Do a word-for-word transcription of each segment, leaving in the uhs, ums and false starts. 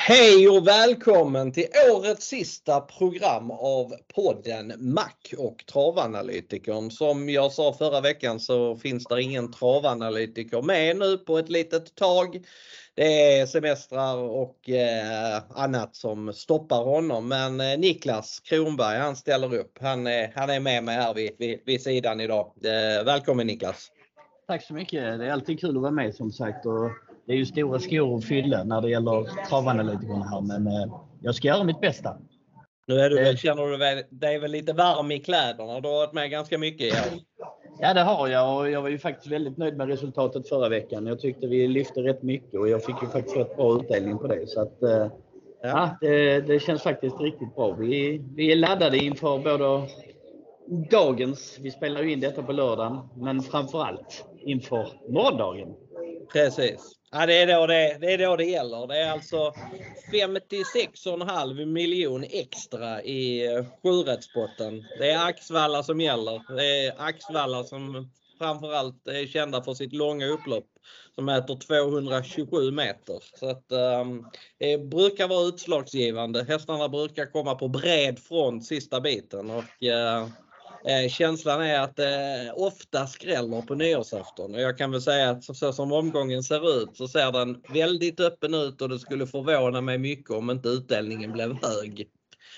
Hej och välkommen till årets sista program av podden Mac och Travanalytikern. Som jag sa förra veckan så finns det ingen travanalytiker med nu på ett litet tag. Det är semestrar och eh, annat som stoppar honom. Men eh, Niklas Kronberg, han ställer upp. Han är, han är med mig här vid, vid, vid sidan idag. Eh, välkommen Niklas. Tack så mycket. Det är alltid kul att vara med som sagt. Och det är ju stora skor att fylla när det gäller travanalytikerna här. Men eh, jag ska göra mitt bästa. Nu är du väl, känner du väl, det är väl lite varm i kläderna. Du har varit med ganska mycket igen. Ja, det har jag. Och jag var ju faktiskt väldigt nöjd med resultatet förra veckan. Jag tyckte vi lyfte rätt mycket. Och jag fick ju faktiskt rätt bra utdelning på det. Så att, eh, ja. ja det, det känns faktiskt riktigt bra. Vi, vi är laddade inför både dagens, vi spelar ju in detta på lördagen, men framförallt inför morgondagen. Precis. Ja, det är då det, det är då det gäller. Det är alltså femtiosex komma fem miljon extra i sjurättspotten. Det är Axvalla som gäller. Det är Axvalla som framförallt är kända för sitt långa upplopp som mäter tvåhundratjugosju meter. Så att um, det brukar vara utslagsgivande. Hästarna brukar komma på bred front sista biten och uh, Eh, känslan är att det eh, ofta skräller på nyårsafton. Och jag kan väl säga att så, så som omgången ser ut så ser den väldigt öppen ut och det skulle förvåna mig mycket om inte utdelningen blev hög.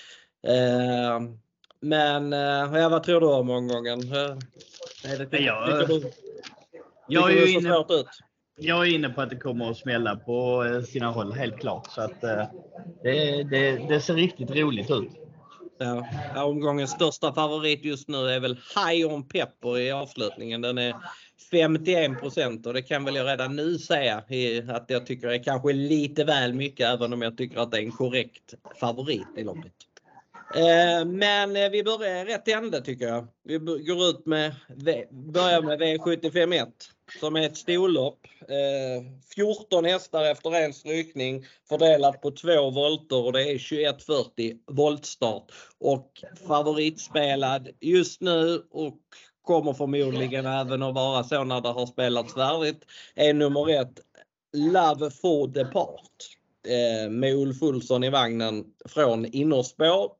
Eh, men eh, ja, vad tror du om omgången? Eh, är det, tycker, jag, tycker du, jag, tycker är du så inne, svårt ut? jag är inne på att det kommer att smälla på sina håll, helt klart. Så att eh, det, det, det ser riktigt roligt ut. Ja, omgångens största favorit just nu är väl High on Pepper i avslutningen. Den är femtioen procent och det kan väl jag redan nu säga att jag tycker är kanske lite väl mycket, även om jag tycker att det är en korrekt favorit i loppet. Men vi börjar rätt ände tycker jag. Vi går ut med, börjar med V sjuttiofem ett som är ett storlopp. fjorton hästar efter en strykning fördelat på två volter och det är tjugoett fyrtio voltstart. Och favoritspelad just nu och kommer förmodligen även att vara så när det har spelats färdigt är nummer ett Love for Depart. Eh, med Ulf Olsson i vagnen från innerspår.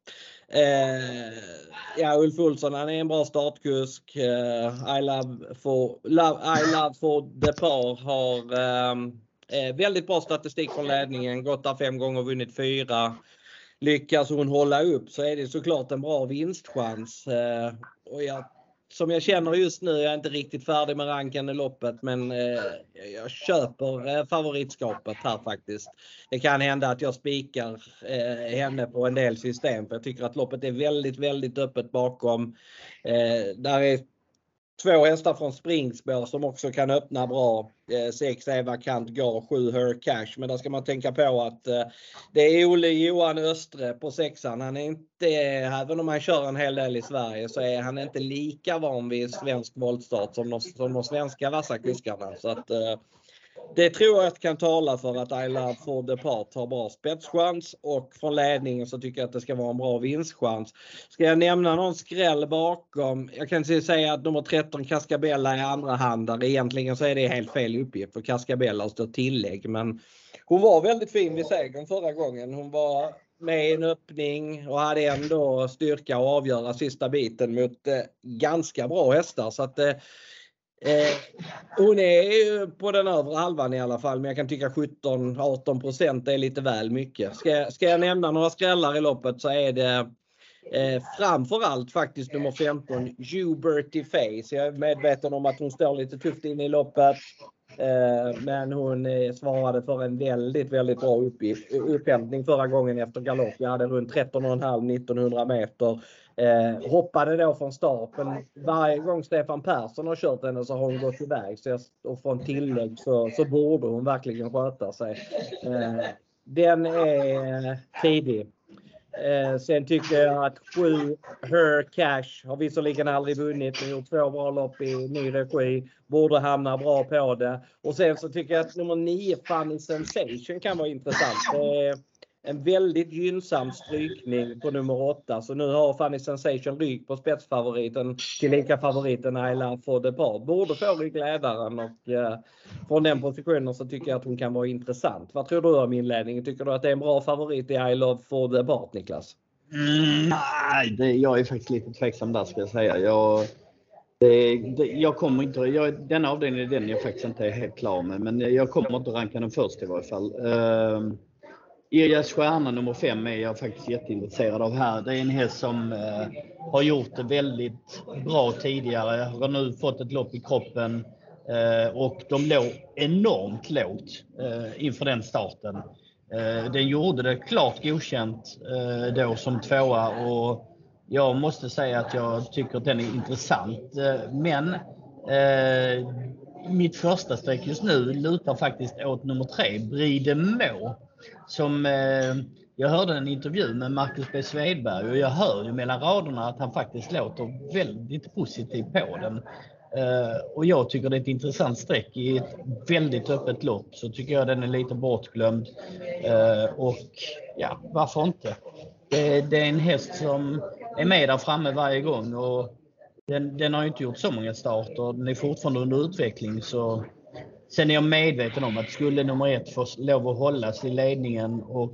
Eh, ja, Ulf Olsson han är en bra startkusk. Eh, I Love for, love, I Love for Depart har eh, väldigt bra statistik från ledningen. Gått där fem gånger och vunnit fyra. Lyckas hon hålla upp så är det såklart en bra vinstchans. Eh, och jag Som jag känner just nu, jag är inte riktigt färdig med ranken i loppet, men eh, jag köper eh, favoritskapet här faktiskt. Det kan hända att jag spikar eh, henne på en del system, för jag tycker att loppet är väldigt, väldigt öppet bakom. Eh, där är två hästar från springspår som också kan öppna bra. Eh, sex Eva Kant Gar, sju Her Cash. Men där ska man tänka på att eh, det är Ole Johan Östre på sexan. Han är inte, även om han kör en hel del i Sverige, så är han inte lika van vid svensk voltstart som de, som de svenska vassa kuskarna. Så att eh, det tror jag kan tala för att I Love for Depart har bra spetschans, och från ledningen så tycker jag att det ska vara en bra vinstchans. Ska jag nämna någon skräll bakom? Jag kan säga att nummer tretton Cascabella är andra hand där. Egentligen så är det helt fel uppgift för Cascabella står tillägg, men hon var väldigt fin vid segern förra gången. Hon var med i en öppning och hade ändå styrka att avgöra sista biten mot eh, ganska bra hästar, så att eh, Eh, hon är på den övre halvan i alla fall, men jag kan tycka sjutton till arton procent är lite väl mycket. Ska, ska jag nämna några skrällar i loppet så är det eh, framförallt faktiskt nummer femton Huberty Face. Jag är medveten om att hon står lite tufft in i loppet, eh, men hon eh, svarade för en väldigt, väldigt bra uppgift, upphämtning förra gången efter galopp. Jag hade runt tretton komma fem nittonhundra meter. Eh, hoppade då från starten. Varje gång Stefan Persson har kört henne så har hon gått iväg. Så jag, och från tillägg så, så borde hon verkligen sköta sig. Eh, den är tidig. Eh, sen tycker jag att sju Her Cash har visserligen aldrig vunnit, men gjort två bra lopp i ny regi. Borde hamna bra på det. Och sen så tycker jag att nummer nio Funny Sensation kan vara intressant. Eh, en väldigt gynnsam strykning på nummer åtta. Så nu har Funny Sensation rygg på spetsfavoriten till lika favoriten Ayla for the Part. Borde få ryggledaren och eh, från den positionen så tycker jag att hon kan vara intressant. Vad tror du om inledningen? Tycker du att det är en bra favorit i I Love for the Part, Niklas? Mm, nej, det, jag är faktiskt lite tveksam där ska jag säga. Jag, det, det, jag kommer inte, jag, den avdelningen är den jag faktiskt inte är helt klar med. Men jag kommer inte ranka den först i varje fall. Uh, Irias stjärna nummer fem är jag faktiskt jätteintresserad av här. Det är en häst som uh, har gjort det väldigt bra tidigare. Har nu fått ett lopp i kroppen. Uh, och de låg enormt lågt uh, inför den starten. Uh, den gjorde det klart godkänt uh, då som tvåa och jag måste säga att jag tycker att den är intressant. Uh, men uh, mitt första streck just nu lutar faktiskt åt nummer tre, Bride Må. Som uh, jag hörde en intervju med Marcus B. Svedberg och jag hör ju mellan raderna att han faktiskt låter väldigt positiv på den. Uh, och jag tycker det är ett intressant streck i ett väldigt öppet lopp, så tycker jag den är lite bortglömd. Uh, och ja, varför inte? Det, det är en häst som är med där framme varje gång och den, den har ju inte gjort så många starter. Den är fortfarande under utveckling, så sen är jag medveten om att skulle nummer ett få lov att hållas i ledningen och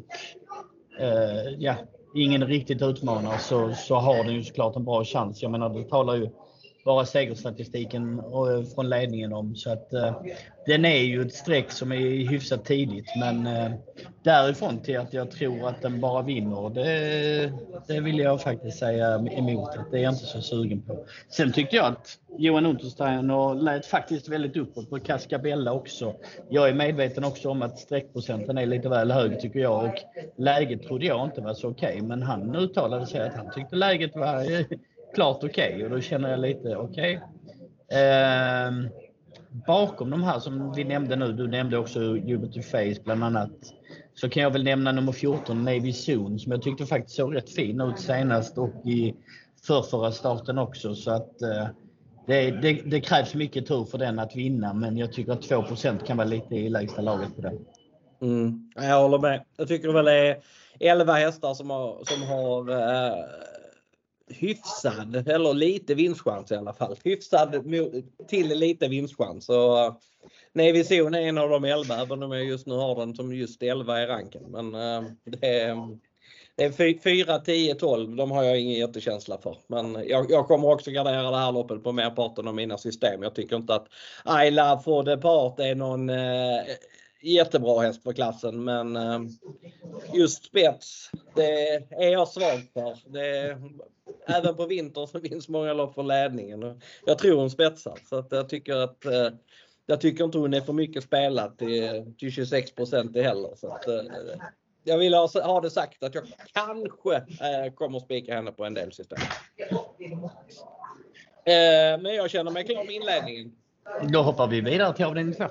uh, ja, ingen riktigt utmanar så, så har den ju såklart en bra chans. Jag menar, det talar ju bara segerstatistiken från ledningen om. Så att uh, den är ju ett streck som är hyfsat tidigt. Men uh, därifrån till att jag tror att den bara vinner, det, det vill jag faktiskt säga emot. Det är jag inte så sugen på. Sen tyckte jag att Johan Unterstein och lät faktiskt väldigt uppåt på Cascabella också. Jag är medveten också om att streckprocenten är lite väl hög tycker jag. Och läget trodde jag inte var så okej. Okay, men han uttalade sig att han tyckte läget var klart okej okay, och då känner jag lite okej. Okay. Eh, bakom de här som vi nämnde nu, du nämnde också Jupiter Face bland annat, så kan jag väl nämna nummer fjorton, Navy Zone, som jag tyckte faktiskt såg rätt fin ut senast och i förrförra starten också. Så att eh, det, det, det krävs mycket tur för den att vinna, men jag tycker att två procent kan vara lite i lägsta laget på det. Mm, jag håller med. Jag tycker väl det är elva hästar som har, som har eh, hyfsad eller lite vinstchans i alla fall. Hyfsad till lite vinstchans. Så uh, Navy Zone är en av de elva, även om jag just nu har den som just elva i ranken. Men uh, det är, det är fyra, tio, tolv. De har jag ingen jättekänsla för. Men jag, jag kommer också gardera det här loppet på merparten av mina system. Jag tycker inte att I Love for the Part är någon uh, jättebra häst för klassen, men uh, just spets, det är jag svag för. Det, även på vinter så finns många lopp för ledningen. Jag tror hon spetsar, så att jag tycker att uh, jag tycker inte hon är för mycket spelat till, till tjugosex procent heller. Så att, uh, jag vill ha, ha det sagt att jag kanske uh, kommer spika henne på en del system. Uh, men jag känner mig klar med inledningen. Då hoppar vi vidare till avdelning två.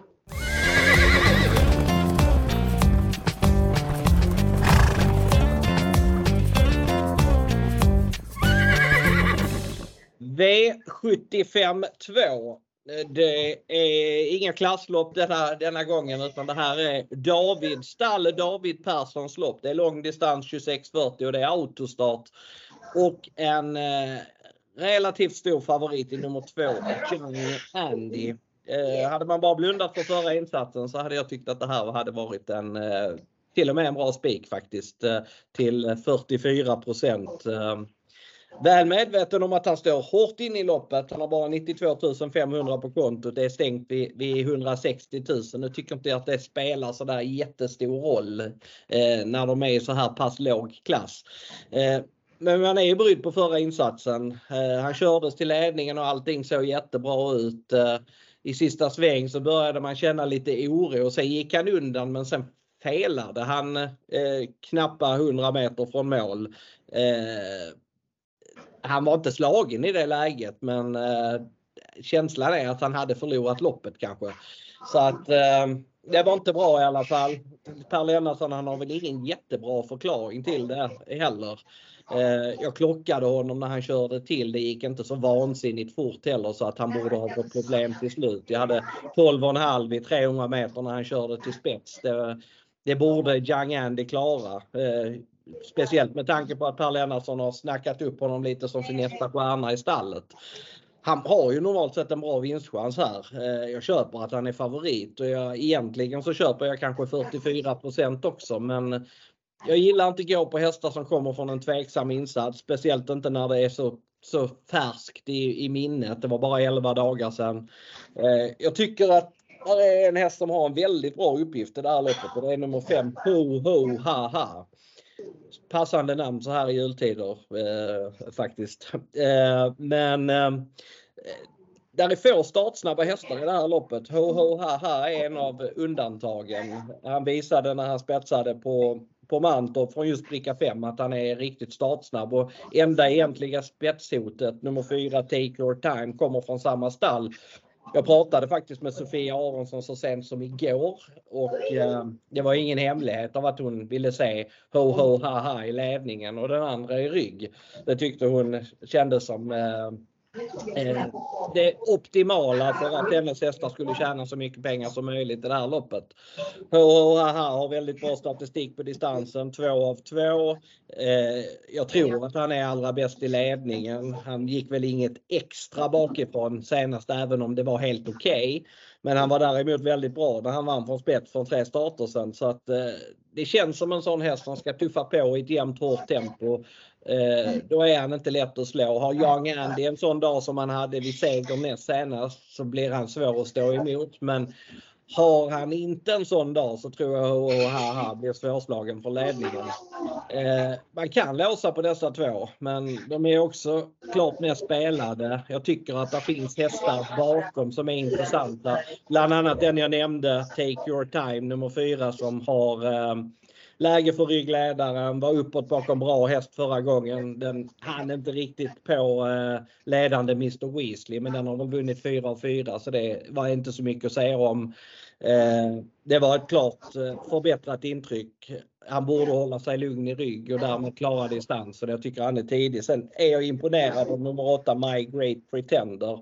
V sjuttiofem två. Det är inga klasslopp denna, denna gången, utan det här är David Stalle David Perssons lopp. Det är långdistans tjugosex fyrtio och det är autostart. Och en eh, relativt stor favorit i nummer två, Young Andy. Eh, hade man bara blundat för förra insatsen så hade jag tyckt att det här hade varit en eh, till och med en bra spik faktiskt eh, till fyrtiofyra procent. Eh, Väl medveten om att han står hårt in i loppet. Han har bara nittiotvå tusen femhundra på kontot. Det är stängt vid, vid hundrasextio tusen. Nu tycker inte jag att det spelar så där jättestor roll eh, när de är i så här pass låg klass. Eh, men man är ju brydd på förra insatsen. Eh, han kördes till ledningen och allting såg jättebra ut. Eh, I sista sväng så började man känna lite oro och sen gick han undan, men sen felade han eh, knappt hundra meter från mål. Eh, Han var inte slagen i det läget, men eh, känslan är att han hade förlorat loppet kanske. Så att eh, det var inte bra i alla fall. Per Lennartsson, han har väl ingen jättebra förklaring till det heller. Eh, jag klockade honom när han körde till. Det gick inte så vansinnigt fort heller så att han borde ha fått problem till slut. Jag hade tolv komma fem vid trehundra meter när han körde till spets. Det, det borde Young Andy klara. Eh, speciellt med tanke på att Per Lennartsson har snackat upp honom lite som sin nästa stjärna i stallet. Han har ju normalt sett en bra vinstchans här. Eh, jag köper att han är favorit och jag, egentligen så köper jag kanske fyrtiofyra procent också, men jag gillar inte gå på hästar som kommer från en tveksam insats, speciellt inte när det är så, så färskt i, i minnet. Det var bara elva dagar sedan. Eh, jag tycker att det är en häst som har en väldigt bra uppgift i det här loppet och det är nummer fem, Ho Ho Ha Ha. Passande namn så här i jultider eh, faktiskt. Eh, men eh, där är få startsnabba hästar i det här loppet. Ho Ho Ha Ha är en av undantagen. Han visade när han spetsade på på Mantorp från just bricka fem att han är riktigt startsnabb och enda egentliga spetshotet nummer fyra Take Your Time kommer från samma stall. Jag pratade faktiskt med Sofia Aronsson så sent som igår och eh, det var ingen hemlighet av att hon ville se Ho Ho Ha Ha i ledningen och den andra i rygg. Det tyckte hon kändes som eh, eh, det optimala för att hennes hästar skulle tjäna så mycket pengar som möjligt i det här loppet. Ho Ho Ha Ha har väldigt bra statistik på distansen, två av två. Eh, jag tror att han är allra bäst i ledningen. Han gick väl inget extra bakifrån senast även om det var helt okej. Okay. Men han var däremot väldigt bra när han vann från spets från tre starter sedan. Så att eh, det känns som en sån häst som ska tuffa på i ett jämnt hårt tempo. Eh, då är han inte lätt att slå. Har Young Andy en sån dag som han hade vid seger näst senast så blir han svår att stå emot. Men har han inte en sån dag så tror jag att Haha blir svårslagen för ledningen. Eh, man kan låsa på dessa två men de är också klart mer spelade. Jag tycker att det finns hästar bakom som är intressanta. Bland annat den jag nämnde, Take Your Time, nummer fyra som har eh, läge för ryggledaren, var uppåt bakom bra häst förra gången. Den hann inte riktigt på eh, ledande mister Weasley men den har väl vunnit fyra av fyra så det var inte så mycket att säga om. Eh, det var ett klart eh, förbättrat intryck. Han borde hålla sig lugn i rygg och därmed klara distans så jag tycker han är tidig. Sen är jag imponerad av nummer åtta My Great Pretender.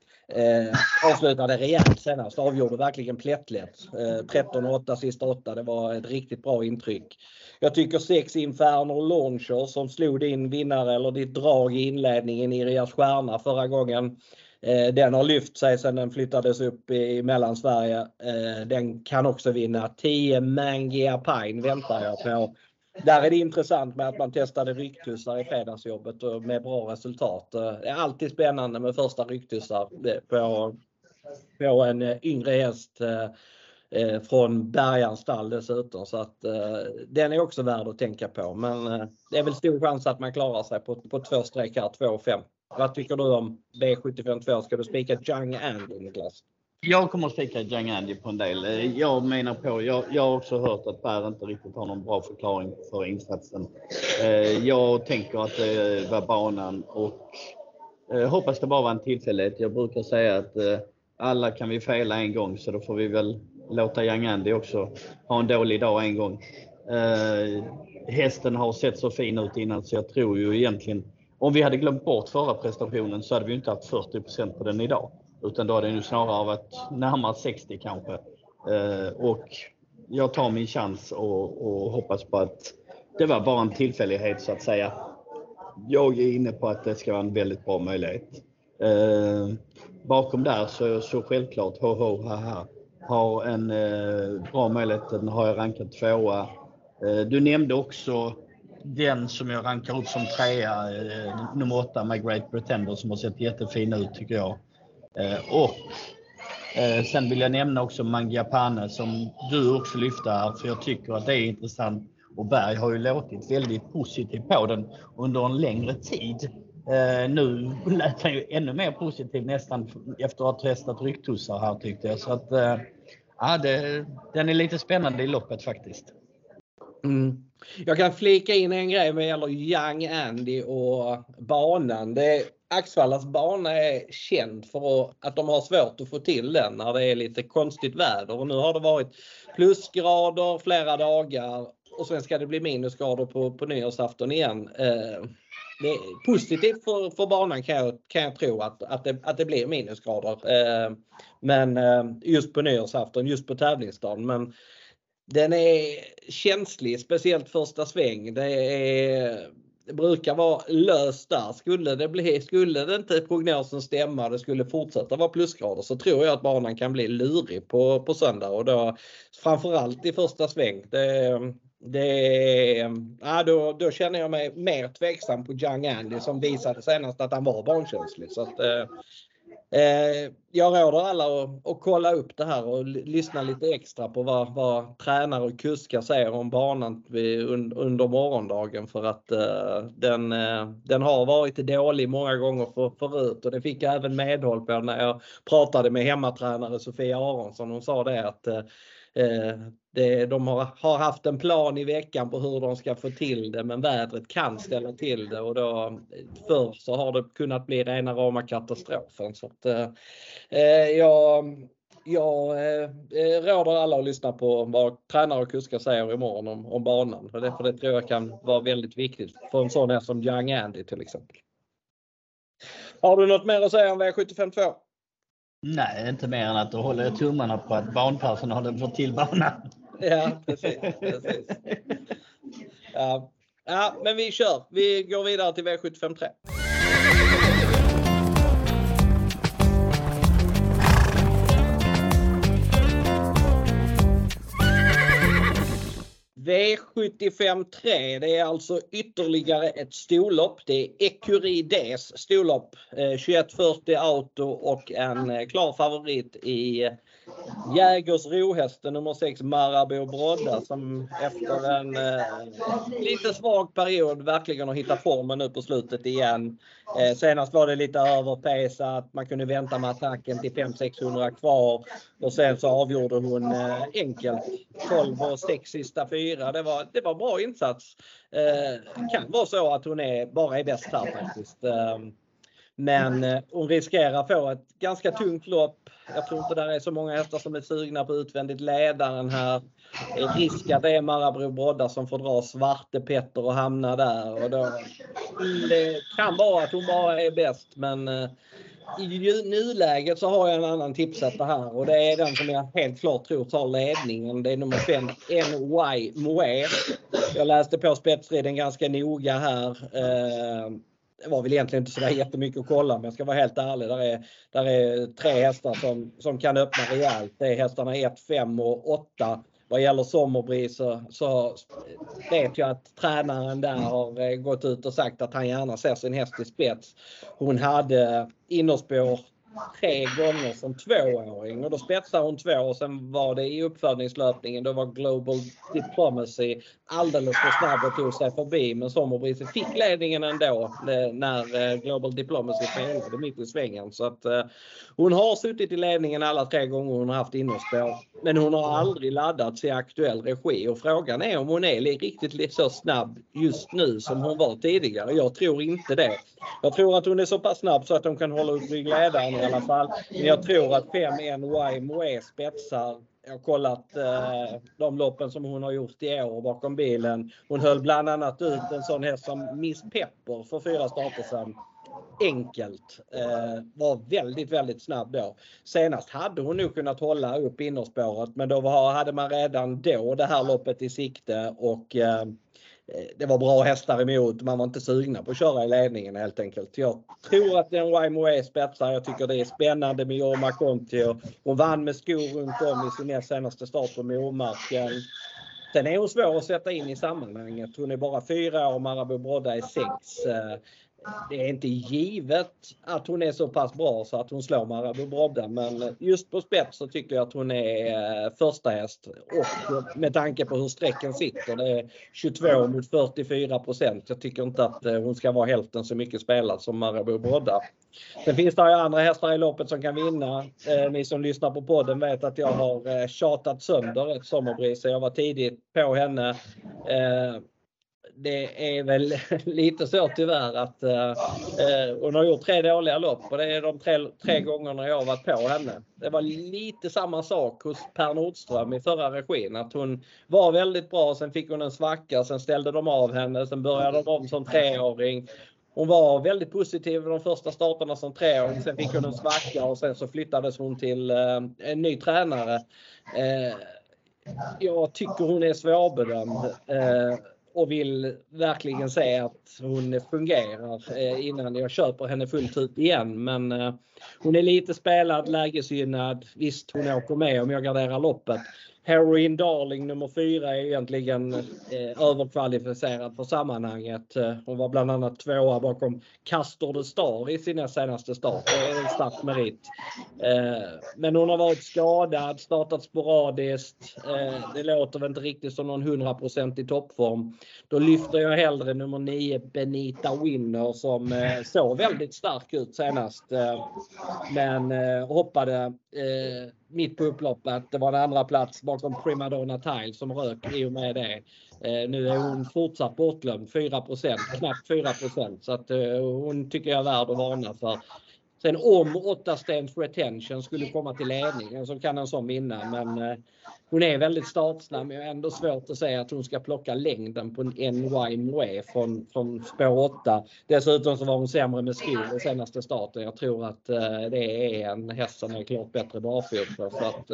Eh, avslutade rejält senast, avgjorde verkligen plättlätt. Eh, tretton åtta sista åtta, det var ett riktigt bra intryck. Jag tycker sex Inferno Launcher som slog din vinnare eller ditt drag i inledningen i Rias stjärna förra gången. Eh, den har lyft sig sedan den flyttades upp i Mellansverige. Eh, den kan också vinna. tio Mangia Pine väntar jag på. Där är det intressant med att man testade rycktussar i fredagsjobbet och med bra resultat. Det är alltid spännande med första rycktussar på, på en yngre häst eh, från Bergans stall dessutom. Så att eh, den är också värd att tänka på. Men eh, det är väl stor chans att man klarar sig på, på två streck här, två och fem. Vad tycker du om B sjuttiofem två? Ska du spika Young Andy, Niklas? Jag kommer att spika Young Andy på en del. Jag menar på, jag, jag har också hört att Per inte riktigt har någon bra förklaring för insatsen. Jag tänker att det var banan och hoppas det bara var en tillfällighet. Jag brukar säga att alla kan vi fela en gång så då får vi väl låta Young Andy också ha en dålig dag en gång. Hästen har sett så fin ut innan så jag tror ju egentligen om vi hade glömt bort förra prestationen så hade vi inte haft fyrtio procent på den idag. Utan då är det nu snarare varit närmare sextio kanske. Eh, och jag tar min chans och, och hoppas på att det var bara en tillfällighet så att säga. Jag är inne på att det ska vara en väldigt bra möjlighet. Eh, bakom där så, så självklart Ho Ho Ha Ha har en eh, bra möjlighet. Den har jag rankat tvåa. Eh, du nämnde också den som jag rankar upp som trea, eh, nummer åtta, My Great Pretender, som har sett jättefin ut tycker jag. Eh, och eh, sen vill jag nämna också Mangiapane som du också lyfter här, för jag tycker att det är intressant. Och Berg har ju låtit väldigt positivt på den under en längre tid. Eh, nu lät han ju ännu mer positiv nästan efter att ha testat rycktussar här tyckte jag. Så att eh, ja, det, den är lite spännande i loppet faktiskt. Mm. Jag kan flika in en grej vad gäller Young Andy och banan. Det är, Axvallas bana är känd för att de har svårt att få till den när det är lite konstigt väder. Och nu har det varit plusgrader flera dagar och sen ska det bli minusgrader på, på nyårsafton igen. Eh, det är positivt för, för banan kan jag, kan jag tro att, att, det, att det blir minusgrader. Eh, men eh, just på nyårsafton, just på tävlingsdagen. Men den är känslig, speciellt första sväng. Det, är, det brukar vara löst där. Skulle det, bli, skulle det inte prognosen stämma, det skulle fortsätta vara plusgrader, så tror jag att banan kan bli lurig på, på söndag. Och då, framförallt i första sväng. Det, det, ja, då, då känner jag mig mer tveksam på Young Andy, som visade senast att han var bankänslig. Så att, Eh, jag råder alla att, att kolla upp det här och lyssna lite extra på vad, vad tränare och kuskar säger om banan under morgondagen, för att eh, den, eh, den har varit dålig många gånger för, förut, och det fick jag även medhåll på när jag pratade med hemmatränare Sofia Aronsson. Hon sa det att eh, det, de har, har haft en plan i veckan på hur de ska få till det, men vädret kan ställa till det, och då förr så har det kunnat bli rena rama katastrofen. Så att, eh, jag, jag eh, råder alla att lyssna på vad tränare och kuskar säger imorgon om, om banan, för det, för det tror jag kan vara väldigt viktigt för en sån här som Young Andy till exempel. Har du något mer att säga om V sjuttiofem två? Nej, inte mer än att då håller jag tummarna på att banpersonalen får till banan. Ja, precis. precis. Ja. Ja, men vi kör. Vi går vidare till V sjuttiofem tre. V sjuttiofem tre, det är alltså ytterligare ett storlopp. Det är Ecurides storlopp, eh, tjugoett fyrtio auto, och en eh, klar favorit i eh, Jägers rohästen nummer sex Marabou Brodda, som efter en eh, lite svag period verkligen har hittat formen nu på slutet igen. Eh, senast var det lite överpace, att man kunde vänta med attacken till fem sexhundra kvar, och sen så avgjorde hon eh, enkelt tolv och sex sista fyra. Det var, det var bra insats. Eh, kan vara så att hon är bara är bäst här faktiskt. Eh, men eh, hon riskerar få ett ganska tungt lopp. Jag tror inte det är så många hästar som är sugna på utvändigt ledaren här. Risk att det är Marabou Brodda som får dra Svarte Petter och hamna där. Och då, det kan vara att hon bara är bäst, men eh, i nuläget så har jag en annan tipsetta här, och det är den som jag helt klart tror tar ledningen. Det är nummer fem N Y Moe. Jag läste på spetsstriden ganska noga här. Eh, Det var väl egentligen inte så där jättemycket att kolla, men jag ska vara helt ärlig. Där är, där är tre hästar som, som kan öppna rejält. Det är hästarna ett, fem och åtta. Vad gäller Sommerbris så, så vet jag att tränaren där har gått ut och sagt att han gärna ser sin häst i spets. Hon hade innerspår tre gånger som tvååring, och då spetsade hon två, och sen var det i uppfödningslöpningen, då var Global Diplomacy alldeles för snabb och tog sig förbi, men Sommerbris fick ledningen ändå när Global Diplomacy felade mitt i svängen. Så att uh, hon har suttit i ledningen alla tre gånger hon har haft innerspår, men hon har aldrig laddats i aktuell regi, och frågan är om hon är riktigt så snabb just nu som hon var tidigare. Jag tror inte det. Jag tror att hon är så pass snabb så att de kan hålla upp ryggledaren i alla fall. Men jag tror att fem N Y Moe spetsar. Jag har kollat eh, de loppen som hon har gjort i år bakom bilen. Hon höll bland annat ut en sån häst som Miss Pepper för fyra starter sedan. Enkelt. Eh, var väldigt, väldigt snabb då. Senast hade hon nog kunnat hålla upp innerspåret, men då var, hade man redan då det här loppet i sikte, och eh, det var bra hästar emot. Man var inte sugna på att köra i ledningen helt enkelt. Jag tror att den Y Moe spetsar. Jag tycker det är spännande med Jorma Conti. Hon vann med skor runt om i sin näst senaste start på Momarken. Sen är hon svår att sätta in i sammanhanget. Hon är bara fyra år och Marabou Brodda är sex. Det är inte givet att hon är så pass bra så att hon slår Marabou Brodda, men just på spets så tycker jag att hon är första häst, och med tanke på hur sträcken sitter, det är tjugotvå mot fyrtiofyra procent. Jag tycker inte att hon ska vara hälften så mycket spelad som Marabou Brodda. Sen finns det ju andra hästar i loppet som kan vinna. Eh, ni som lyssnar på podden vet att jag har tjatat sönder ett Sommerbris, så jag var tidigt på henne. Eh, Det är väl lite så tyvärr att eh, hon har gjort tre dåliga lopp, och det är de tre, tre gångerna jag har varit på henne. Det var lite samma sak hos Per Nordström i förra regin, att hon var väldigt bra, sen fick hon en svacka, sen ställde de av henne, sen började de om som treåring. Hon var väldigt positiv i de första starterna som treåring, sen fick hon en svacka och sen så flyttades hon till eh, en ny tränare. Eh, jag tycker hon är svårbedömd. Eh, och vill verkligen säga att hon fungerar eh, innan jag köper henne fullt ut igen. Men eh, hon är lite spelad, lägesgynnad. Visst, hon åker med om jag garderar loppet. Heroin Darling nummer fyra är egentligen eh, överkvalificerad för sammanhanget. Eh, hon var bland annat tvåa bakom Castor de Star i sina senaste start. Det är en stark merit. Eh, men hon har varit skadad, startat sporadiskt. Eh, det låter väl inte riktigt som någon hundra procent i toppform. Då lyfter jag hellre nummer nio Benita Winner som eh, såg väldigt stark ut senast. Eh, men eh, hoppade eh, mitt på upploppet. Det var en andra plats bakom Primadonna Tile som rök i och med det. Eh, nu är hon fortsatt bortglömd, fyra procent, knappt fyra procent. Så att, eh, hon tycker jag är värd att varna för. Sen om åtta Stens Retention skulle komma till ledningen så kan en sån vinna. Men eh, hon är väldigt startsnabb. Men jag är ändå svårt att säga att hon ska plocka längden på en N Y Moe från, från spår åtta. Dessutom så var hon sämre med skor i senaste starten. Jag tror att eh, det är en häst som är klart bättre barfot. Så att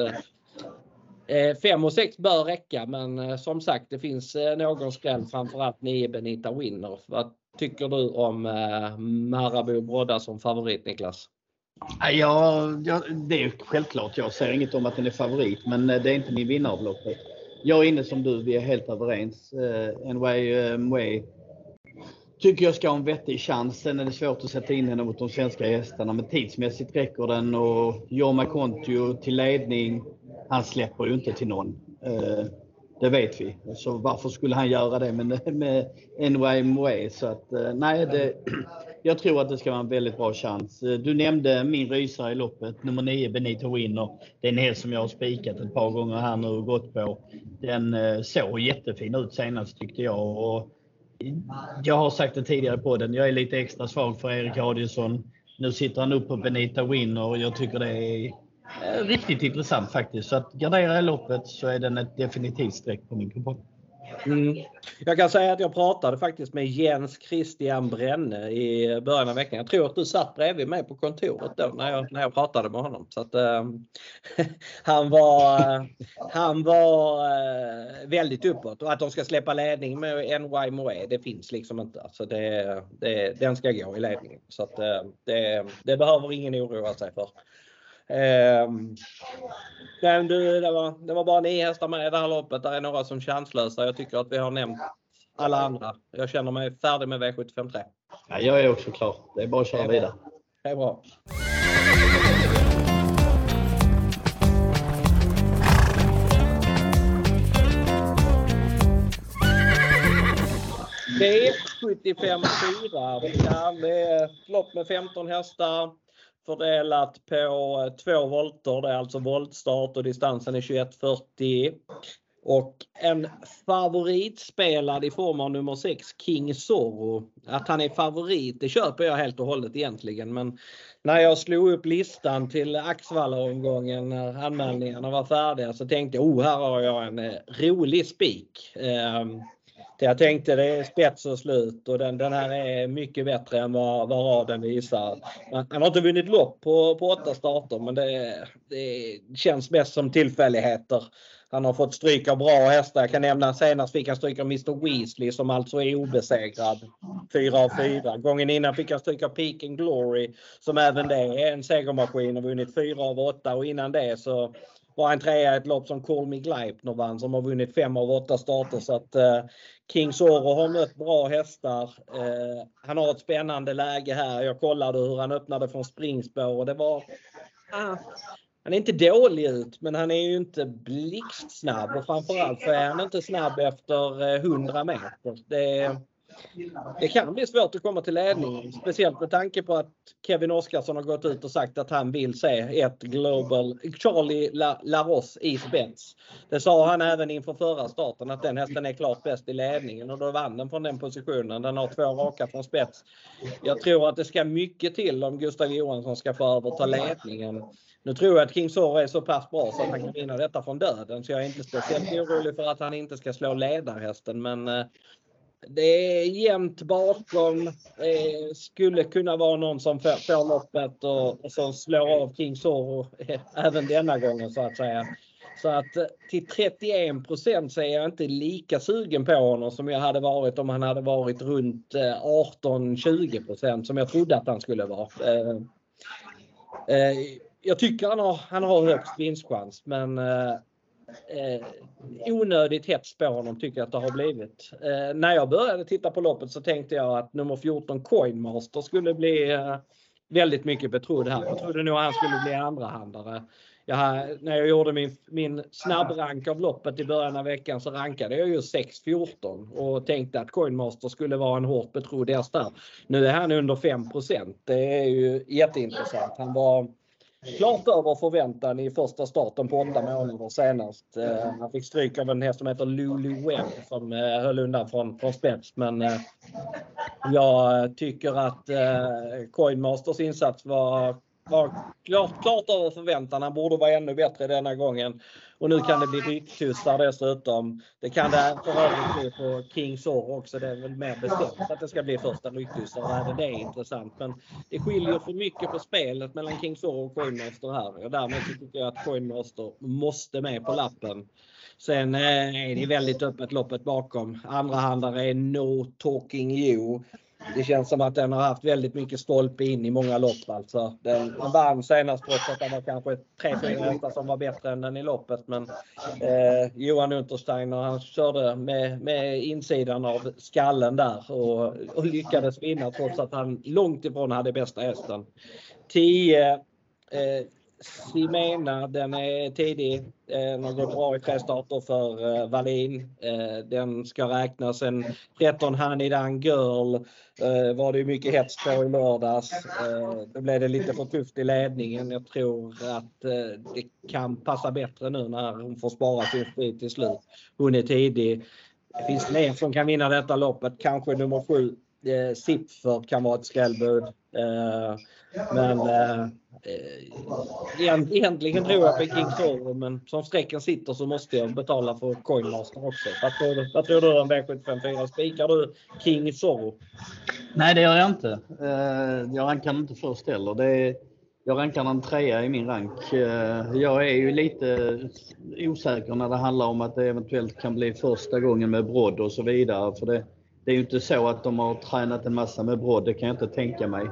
eh, fem och sex bör räcka. Men eh, som sagt, det finns eh, någon skräll, framförallt nio Benita Winner. Vad tycker du om eh, Marabou Brodda som favorit, Niklas? Ja, ja, det är självklart. Jag säger inget om att den är favorit, men det är inte min vinnare av loppet. Jag är inne som du, vi är helt överens. Uh, N Y Moe tycker jag ska ha en vettig chans. Sen är det svårt att sätta in henne mot de svenska hästarna, men tidsmässigt räcker den. Och Jorma Kontio till ledning, han släpper ju inte till någon. Uh, det vet vi. Så varför skulle han göra det med, med N Y Moe? Så att, uh, nej, det... Jag tror att det ska vara en väldigt bra chans. Du nämnde min rysare i loppet, nummer nio Benita Winner. Det är en häst som jag har spikat ett par gånger här nu och gått på. Den såg jättefin ut senast tyckte jag. Och jag har sagt det tidigare på den. Jag är lite extra svag för Erik Adielsson. Nu sitter han upp på Benita Winner och jag tycker det är riktigt intressant faktiskt. Så att gardera i loppet så är den ett definitivt streck på min kupong. Mm. Jag kan säga att jag pratade faktiskt med Jens Christian Brenne i början av veckan. Jag tror att du satt bredvid mig på kontoret då när jag, när jag pratade med honom. Så att, äh, han var, han var äh, väldigt uppåt. Och att de ska släppa ledning med N Y Moe, det finns liksom inte. Alltså det, det, den ska gå i ledningen. Så att, äh, det, det behöver ingen oroa sig för. Um, men du, det, var, det var bara nio hästar med i det här loppet. Det är några som chanslösa. Jag tycker att vi har nämnt alla andra. Jag känner mig färdig med V sjuttiofem tre. Ja, jag är också klar. Det är bara att köra vidare. Det är bra. V sjuttiofem fyra. Det är ett lopp med femton hästar. Fördelat på två volter, det är alltså voltstart och distansen är tjugoett fyrtio. Och en favoritspelad i form av nummer sex King Zorro. Att han är favorit, det köper jag helt och hållet egentligen. Men när jag slog upp listan till Axvalla-omgången när anmälningarna var färdiga så tänkte jag, oh här har jag en rolig spik. Um, Jag tänkte det är spets och slut och den, den här är mycket bättre än vad, vad raden visar. Han har inte vunnit lopp på, på åtta starter men det, det känns mest som tillfälligheter. Han har fått stryka bra hästar. Jag kan nämna senast fick han stryka mister Weasley som alltså är obesegrad. fyra av fyra. Gången innan fick han stryka Peak and Glory som även det är en segermaskin och vunnit fyra av åtta och innan det så var en trea ett lopp som Call Me Gleipner vann som har vunnit fem av åtta starter. Så att eh, King Zorro har mött bra hästar. Eh, han har ett spännande läge här. Jag kollade hur han öppnade från springspår och det var... Ah, han är inte dålig ut men han är ju inte blixtsnabb och framförallt så är han inte snabb efter hundra meter. Det, det kan bli svårt att komma till ledning. Speciellt med tanke på att Kevin Oskarsson har gått ut och sagt att han vill se ett Global Charlie La, Laros i spets. Det sa han även inför förra starten att den hästen är klart bäst i ledningen och då vann den från den positionen. Den har två raka från spets. Jag tror att det ska mycket till om Gustav Johansson ska få överta ledningen. Nu tror jag att King Zorro är så pass bra så att han kan vinna detta från döden. Så jag är inte speciellt orolig för att han inte ska slå ledarhästen. Men eh, det är jämnt bakom. Eh, skulle kunna vara någon som får, får loppet och, och som slår av King Zorro eh, även denna gången så att säga. Så att till trettioen procent så är jag inte lika sugen på honom som jag hade varit om han hade varit runt arton till tjugo procent som jag trodde att han skulle vara. Jag tycker han har, han har högst vinstchans, men Eh, onödigt hets på honom tycker jag att det har blivit. Eh, när jag började titta på loppet så tänkte jag att nummer fjorton Coinmaster skulle bli eh, väldigt mycket betrodd här. Jag trodde nog han skulle bli andrahandare. Jag, när jag gjorde min, min snabbrank av loppet i början av veckan så rankade jag ju sex fjorton och tänkte att Coinmaster skulle vara en hårt betrodd häst. Nu är han under fem procent. Det är ju jätteintressant. Han var klart över förväntan i första starten på åtta månader senast. Han fick stryk av en häst som heter Lulu Webb som höll undan från, från spets. Men jag tycker att Coinmasters insats var, var klart, klart över förväntan. Han borde vara ännu bättre denna gången. Och nu kan det bli rycktussar dessutom. Det kan det för övrigt bli på Kings Or också. Det är väl mer bestämt att det ska bli första rycktussar. Det är intressant. Men det skiljer för mycket på spelet mellan Kings Or och Coinmaster här. Och därmed tycker jag att Coinmaster måste med på lappen. Sen är det väldigt öppet loppet bakom. Andra handare är No Talking You. Det känns som att den har haft väldigt mycket stolpe in i många lopp. Alltså. Den vann senast trots att det var kanske tre fyra hästar som var bättre än den i loppet. Men eh, Johan Untersteiner han körde med, med insidan av skallen där och, och lyckades vinna trots att han långt ifrån hade bästa hästen. tio eh, Simena, den är tidig. Den har gått bra i tre starter för uh, Wallin. Uh, den ska räknas en tretton Hanidan Girl. Uh, var det mycket hets på i lördags. Uh, då blev det lite för tufft i ledningen. Jag tror att uh, det kan passa bättre nu när hon får spara sin sprit till slut. Hon är tidig. Det finns fler som kan vinna detta loppet. Kanske nummer sju. Uh, Sipfer kan vara ett skrällbud. Uh, men... Uh, Egentligen tror jag på Kings Or, men som sträcken sitter så måste jag betala för Coinmaster också. Vad tror du, vad tror du om V sjuttiofem fyra? Spikar du Kings Or? Nej, det gör jag inte. Jag rankar inte först heller. Det är, jag rankar en trea i min rank. Jag är ju lite osäker när det handlar om att det eventuellt kan bli första gången med brodd och så vidare. För det, det är ju inte så att de har tränat en massa med brodd, det kan jag inte tänka mig.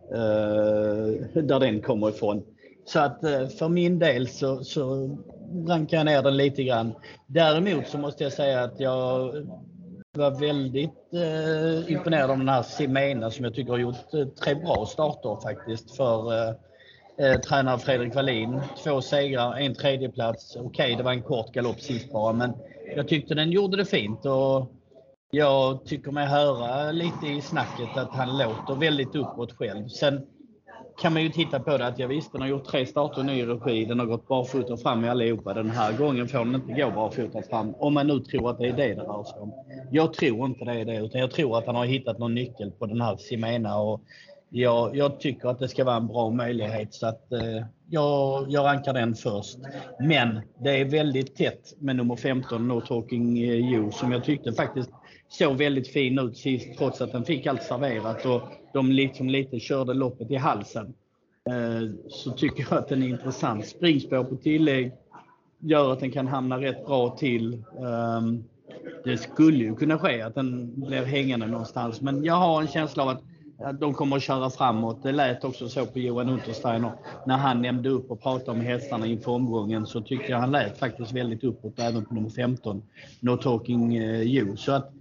Uh, där den kommer ifrån. Så att uh, för min del så, så rankar jag ner den lite grann. Däremot så måste jag säga att jag var väldigt uh, imponerad av den här Simena som jag tycker har gjort uh, tre bra starter faktiskt för uh, uh, tränare Fredrik Wallin. Två segrar, en tredjeplats. Okej, okay, det var en kort galopp sist bara, men jag tyckte den gjorde det fint och jag tycker mig höra lite i snacket att han låter väldigt uppåt själv. Sen kan man ju titta på det att jag visste den har gjort tre starter i ny regi. Den har gått barfota fram i allihopa. Den här gången får den inte gå barfota fram. Om man nu tror att det är det det rör sig om. Jag tror inte det är det. Utan jag tror att han har hittat någon nyckel på den här Simena. Och jag, jag tycker att det ska vara en bra möjlighet. Så att eh, jag, jag rankar den först. Men det är väldigt tätt med nummer femton No Talking You. Som jag tyckte faktiskt såg väldigt fin ut sist trots att den fick allt serverat och de liksom lite körde loppet i halsen. Eh, så tycker jag att den är intressant. Springspår på tillägg gör att den kan hamna rätt bra till. Eh, det skulle ju kunna ske att den blir hängande någonstans. Men jag har en känsla av att, att de kommer att köra framåt. Det lät också så på Johan Untersteiner. När han nämnde upp och pratade om hästarna inför omgången så tyckte jag han lät faktiskt väldigt uppåt även på nummer femton. No Talking You. Så att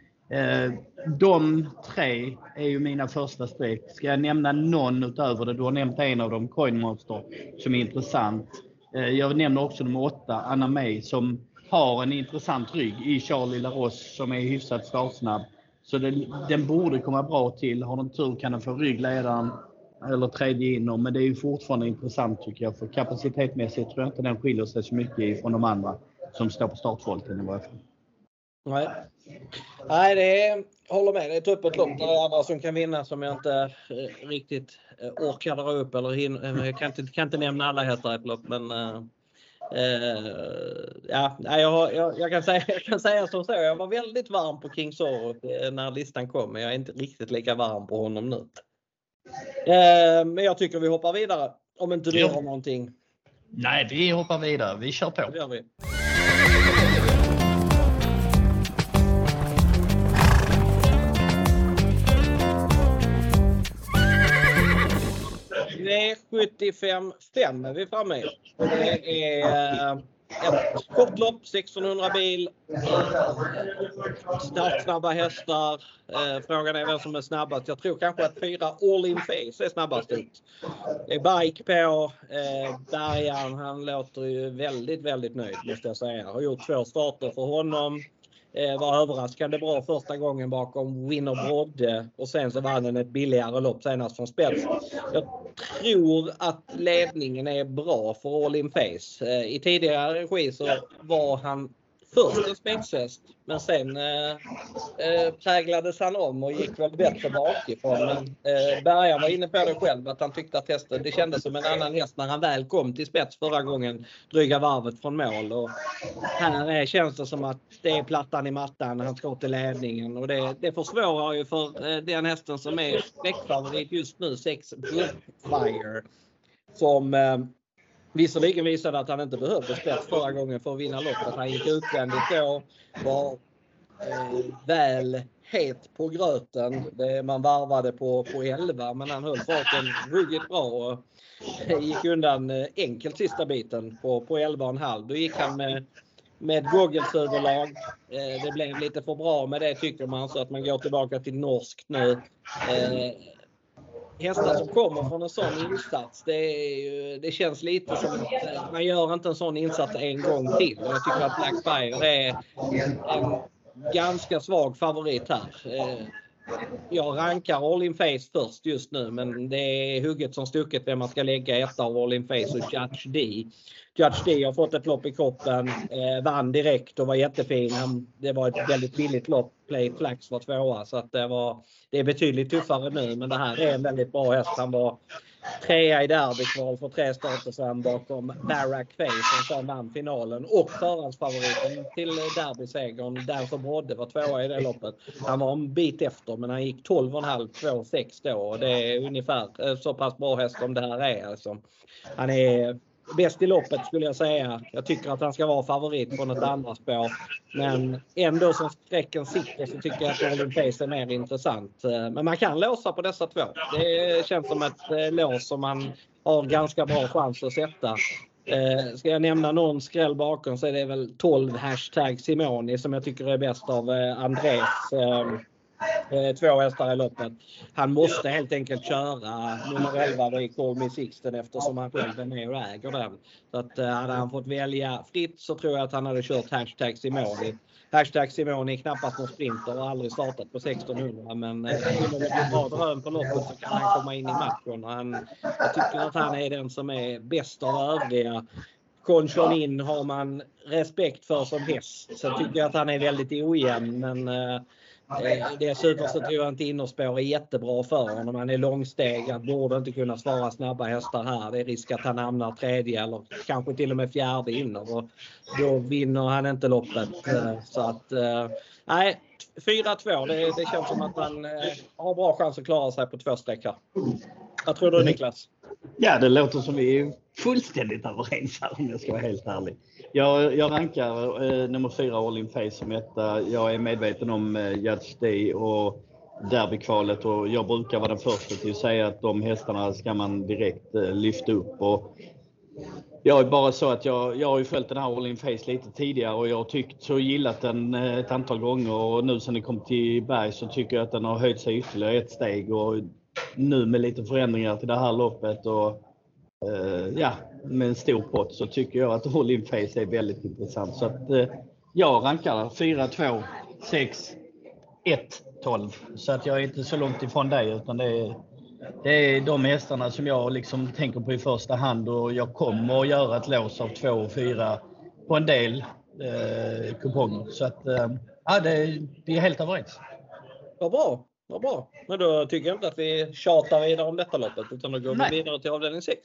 de tre är ju mina första streck. Ska jag nämna någon utöver det? Du har nämnt en av dem, Coinmaster, som är intressant. Jag nämner också nummer åtta, Anna May, som har en intressant rygg i Charlie Larosse som är hyfsat startsnabb. Så det, den borde komma bra till. Har den tur kan den få ryggledaren eller tredje inom. Men det är ju fortfarande intressant tycker jag. För kapacitetmässigt tror jag inte den skiljer sig så mycket från de andra som står på startvolten i varje fall. Nej. Nej, det är, håller med. Det är ett öppet lopp. Det är andra som kan vinna som jag inte eh, riktigt eh, orkar dra upp. Eller hin- eh, jag kan inte, kan inte nämna alla hästar i ett lopp. Men eh, eh, ja, jag, jag, jag, kan säga, jag kan säga som så. Jag var väldigt varm på Kings Or eh, när listan kom. Men jag är inte riktigt lika varm på honom nu. Eh, men jag tycker vi hoppar vidare. Om inte du har någonting. Nej, vi hoppar vidare. Vi kör på. Det gör vi. V sjuttiofem fem är vi framme i. Det är ett kortlopp, sextonhundra bil, startsnabba hästar. Frågan är vem som är snabbast. Jag tror kanske att fyra All In Face är snabbast ut. Det är bike på. Bergan, han låter ju väldigt, väldigt nöjd måste jag säga. Har gjort två starter för honom. Var överraskande bra första gången bakom Winner Brodde och sen så vann han ett billigare lopp senast från spets. Jag tror att ledningen är bra för All In Face. I tidigare regi så var han först en spetshäst, men sen eh, eh, präglades han om och gick väl bättre bakifrån. Men eh, Bergan var inne på det själv att han tyckte att hästen, det kändes som en annan häst när han väl kom till spets förra gången, dryga varvet från mål. Och här är, känns det som att det är plattan i mattan, han ska till ledningen. Och det, det försvårar ju för eh, den hästen som är fläckfavorit just nu, sex Fire, som eh, visserligen visade att han inte behövde spets förra gången för att vinna loppet. Han gick utvändigt då, var eh, väl het på gröten. Det, man varvade på, på elva, men han höll farten ruggigt bra och gick undan eh, enkelt sista biten på, på elva komma fem. Då gick han med, med goggles överlag. Eh, det blev lite för bra med det tycker man, så att man går tillbaka till norskt nu. Eh, Hästar som kommer från en sån insats, det, är ju, det känns lite som att man gör inte en sån insats en gång till. Jag tycker att Black Fire är en ganska svag favorit här. Jag rankar All In Face först just nu, men det är hugget som stucket vem man ska lägga ett av All In Face och Judge D. Judge D har fått ett lopp i kroppen, eh, vann direkt och var jättefin. Han, det var ett väldigt billigt lopp. Play Flax var tvåa, så att det, var, det är betydligt tuffare nu. Men det här är en väldigt bra häst. Han var trea i derbykval för tre starter sedan bakom Barack Face som vann finalen. Och förhandsfavoriten till derbysegern, Därför Brodde, var tvåa i det loppet. Han var en bit efter, men han gick tolv komma fem, två sex då. Och det är ungefär så pass bra häst som det här är. Alltså. Han är bäst i loppet skulle jag säga. Jag tycker att han ska vara favorit på något annat spår. Men ändå som sträcken sitter så tycker jag att All In Face är mer intressant. Men man kan låsa på dessa två. Det känns som ett lås som man har ganska bra chans att sätta. Ska jag nämna någon skräll bakom så är det väl tolv hashtag Simoni som jag tycker är bäst av Andres. Två hästar i loppet. Han måste helt enkelt köra nummer elva i Call Me Sixten eftersom han själv är med och äger den. Så att uh, hade han fått välja fritt så tror jag att han hade kört hashtag Simoni. Hashtag Simoni är knappast någon sprinter och aldrig startat på sextonhundra, men uh, om det blir bra dröm på loppet så kan han komma in i matchen. Han, jag tycker att han är den som är bäst av övriga. Conchonin har man respekt för som häst, så tycker jag att han är väldigt ojämn, men uh, Eh, dessutom så tror jag inte innerspår är jättebra för honom. Han är långstegad, borde inte kunna svara snabba hästar här. Det är risk att han hamnar tredje eller kanske till och med fjärde inner. Och då vinner han inte loppet. Eh, så att, eh, nej, fyra två. Det, det känns som att han eh, har bra chans att klara sig på två streck här. Vad tror du, Niklas? Ja, det låter som vi är fullständigt överens här om jag ska vara helt ärlig. Jag, jag rankar eh, nummer fyra All In Face som etta. Jag är medveten om eh, Judge D och derbykvalet och jag brukar vara den första till att säga att de hästarna ska man direkt eh, lyfta upp. Och jag är bara så att jag, jag har ju följt den här All In Face lite tidigare och jag har tyckt så gillat den eh, ett antal gånger och nu sen det kom till Berg så tycker jag att den har höjt sig ytterligare ett steg och nu med lite förändringar till det här loppet och Uh, ja, med en stor pott så tycker jag att All In Face är väldigt intressant. Så att uh, jag rankar fyra, två, sex, ett, tolv. Så att jag är inte så långt ifrån dig utan det är, det är de hästarna som jag liksom tänker på i första hand och jag kommer att göra ett lås av två och fyra på en del uh, kuponger. Så att uh, ja, det, vi är helt överens. Vad bra. Vad bra. Men då tycker jag inte att vi tjatar vidare om detta loppet utan då går vi vidare till avdelning sex.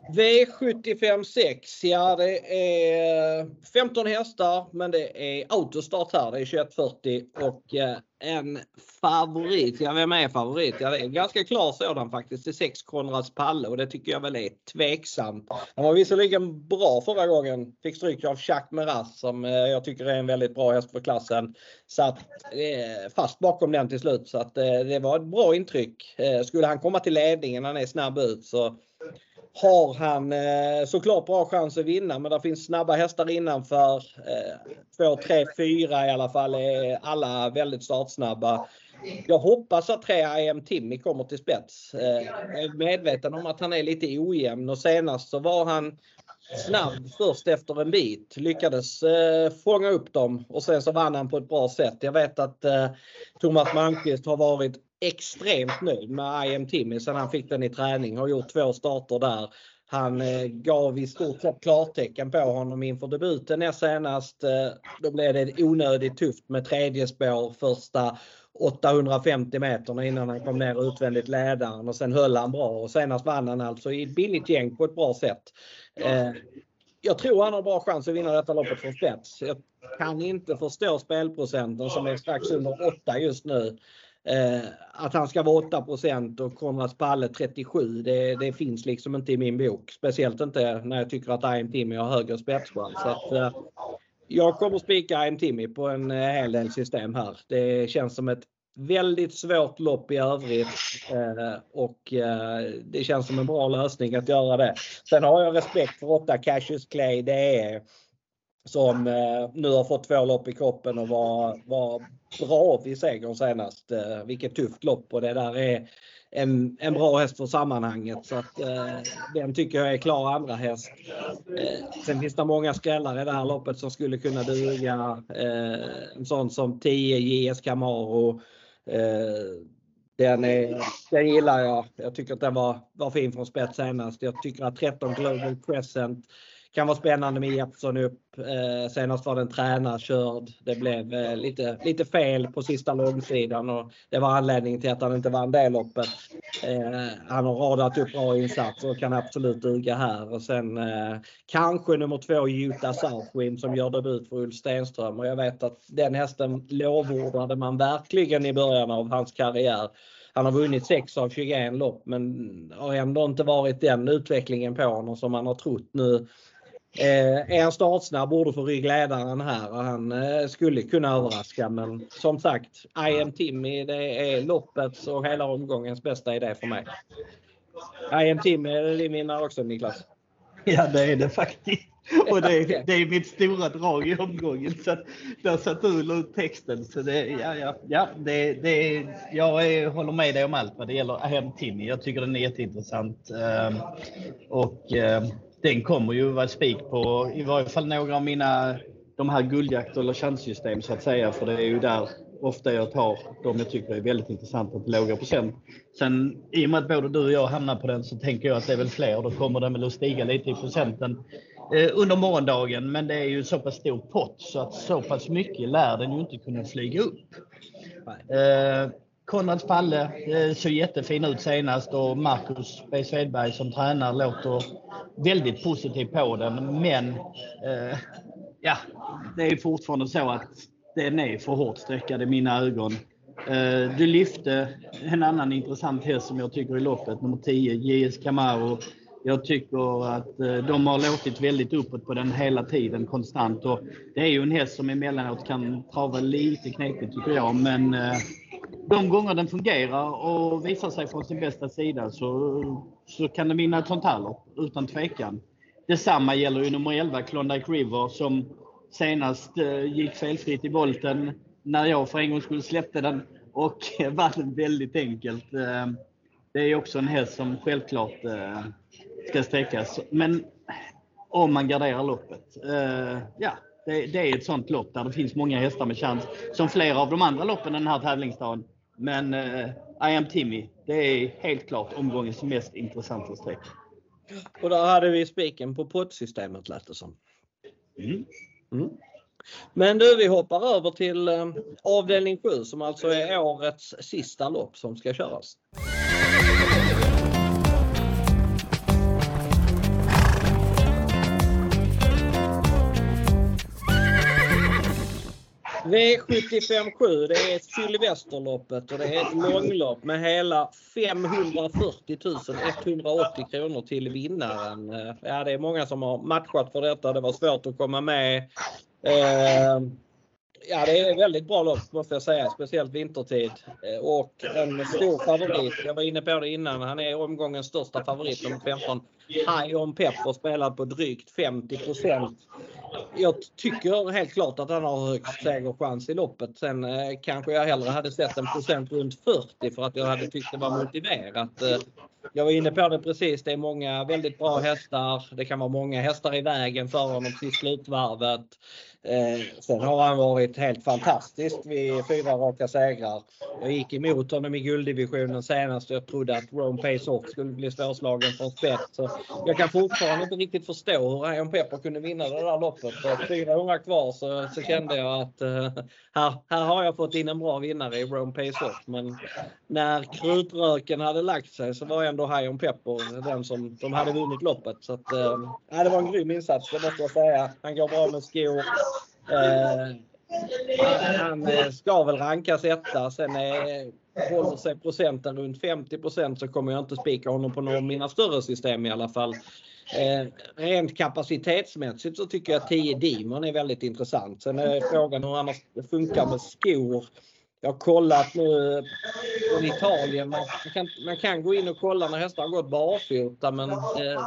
V sjuttiofem sex, ja det är femton hästar men det är autostart här, det är tjugoett fyrtio och en favorit, ja vem är favorit? Ja det är en ganska klar sådan faktiskt, det är sex Konrads Palle och det tycker jag väl är tveksamt. Han var visserligen bra förra gången, fick stryk av Jacques Meras som jag tycker är en väldigt bra häst för klassen. Satt fast bakom den till slut så att det var ett bra intryck. Skulle han komma till ledningen, han är snabb ut så har han eh, såklart bra chans att vinna men det finns snabba hästar innanför. Eh, två, tre, fyra i alla fall är alla väldigt startsnabba. Jag hoppas att tre I am Timmy kommer till spets. Eh, jag är medveten om att han är lite ojämn och senast så var han snabb först efter en bit. Lyckades eh, fånga upp dem och sen så vann han på ett bra sätt. Jag vet att eh, Thomas Malmqvist har varit extremt nöjd med I am Timmy sen han fick den i träning. Har gjort två starter där. Han eh, gav i stort sett klartecken på honom inför debuten näst senast. Eh, då blev det onödigt tufft med tredje spår första åttahundrafemtio meterna innan han kom ner utvändigt ledaren och sen höll han bra och senast vann han alltså i ett billigt gäng på ett bra sätt. Eh, jag tror han har bra chans att vinna detta loppet från spets. Jag kan inte förstå spelprocenten som är strax under åtta just nu. Eh, att han ska vara åtta procent och Konrads Palle trettiosju, det, det finns liksom inte i min bok. Speciellt inte när jag tycker att I am Timmy har högre spetschans. Så att, eh, jag kommer spika I am Timmy på en hel del system här. Det känns som ett väldigt svårt lopp i övrigt eh, och eh, det känns som en bra lösning att göra det. Sen har jag respekt för åtta Cassius Clay, det är som eh, nu har fått två lopp i kroppen och var, var bra vid segern senast. Eh, vilket tufft lopp och det där är en, en bra häst för sammanhanget så att eh, den tycker jag är klar andra häst. Eh, sen finns det många skrällar i det här loppet som skulle kunna duga. Eh, en sån som tio J S Camaro. Eh, den, är, den gillar jag. Jag tycker att den var, var fin från spets senast. Jag tycker att tretton Global Crescent kan vara spännande med Jeppson upp. Eh, senast var den tränarkörd. Det blev eh, lite, lite fel på sista långsidan och det var anledningen till att han inte vann det loppet. Eh, han har radat upp bra insatser och kan absolut duga här. Och sen eh, kanske nummer två Utah Southwind som gör debut för Ulf Stenström. Och jag vet att den hästen lovordade man verkligen i början av hans karriär. Han har vunnit sex av tjugoett lopp men har ändå inte varit den utvecklingen på honom som man har trott nu. Eh, är han startsnabb borde få ryggledaren här och han eh, skulle kunna överraska men som sagt I am Timmy det är loppets och hela omgångens bästa idé för mig. I am Timmy är det vinner också Niklas. Ja det är det faktiskt. Och det är, det är mitt stora drag i omgången så att där satt du ut texten så det ja ja ja det det jag är, håller med dig om allt vad det gäller I am Timmy. Jag tycker den är jätteintressant um, och um, den kommer ju vara spik på i varje fall några av mina de här guldjakt eller chanssystem så att säga för det är ju där ofta jag tar de jag tycker är väldigt intressanta till låga procent. Sen i och med att både du och jag hamnar på den så tänker jag att det är väl fler och då kommer den väl att stiga lite i procenten eh, under morgondagen men det är ju så pass stor pott så att så pass mycket lär den ju inte kunna flyga upp. Eh, Konrads Palle eh, såg jättefin ut senast och Marcus B. Svedberg som tränar låter väldigt positivt på den men eh, ja, det är fortfarande så att den är för hårt sträckad i mina ögon. Eh, du lyfte en annan intressant häst som jag tycker i loppet, nummer tio, J S Camaro. Jag tycker att eh, de har låtit väldigt uppåt på den hela tiden, konstant. Och det är ju en häst som emellanåt kan trava lite knepigt tycker jag. Men eh, de gånger den fungerar och visar sig från sin bästa sida så, så kan den vinna ett sånt här lopp, utan tvekan. Detsamma gäller ju nummer elva, Klondike River, som senast eh, gick felfritt i volten när jag för en gång skulle släppte den och vann väldigt enkelt. Eh, det är också en häst som självklart eh, ska sträckas. Men om man garderar loppet, eh, ja, det, det är ett sånt lopp där det finns många hästar med chans. Som flera av de andra loppen den här tävlingsdagen. Men eh, I am Timmy, det är helt klart omgångens mest intressanta sträck. Och där hade vi spiken på pottsystemet lät det som. Mm. Mm. Men du, vi hoppar över till eh, avdelning sju som alltså är årets sista lopp som ska köras. V sjuttiofem sju, det är Sylvesterloppet och det är ett långlopp med hela femhundrafyrtio tusen etthundraåttio kronor till vinnaren. Ja, det är många som har matchat för detta. Det var svårt att komma med. Eh, ja, det är väldigt bra lopp måste jag säga, speciellt vintertid. Och en stor favorit, jag var inne på det innan, han är omgångens största favorit, nummer femton. High on Pepper spelar på drygt femtio procent. Jag tycker helt klart att han har högst segerchans i loppet. Sen eh, kanske jag hellre hade sett en procent runt fyrtio för att jag hade tyckt det var motiverat. Eh, jag var inne på det precis. Det är många väldigt bra hästar. Det kan vara många hästar i vägen för honom till slutvarvet. Eh, sen har han varit helt fantastisk vid fyra raka segrar. Jag gick emot honom i gulddivisionen senast. Jag trodde att Rome Pace Off skulle bli svårslagen från spets. Så jag kan fortfarande inte riktigt förstå hur High on Pepper kunde vinna det där loppet. För fyrahundra kvar så, så kände jag att uh, här, här har jag fått in en bra vinnare i Rome Pace Off. Men när krutröken hade lagt sig så var ändå High on Pepper den som de hade vunnit loppet. Så att, uh, ja, det var en grym insats, det måste jag säga. Han går bra med skor. Uh, han ska väl rankas etta. Sen är, håller sig procenten runt femtio procent så kommer jag inte spika honom på någon av mina större system i alla fall. Eh, rent kapacitetsmässigt så tycker jag att tio Demon är väldigt intressant. Sen är frågan hur han funkar med skor. Jag har kollat nu på Italien. Man kan, man kan gå in och kolla när hästar har gått barfota, men eh,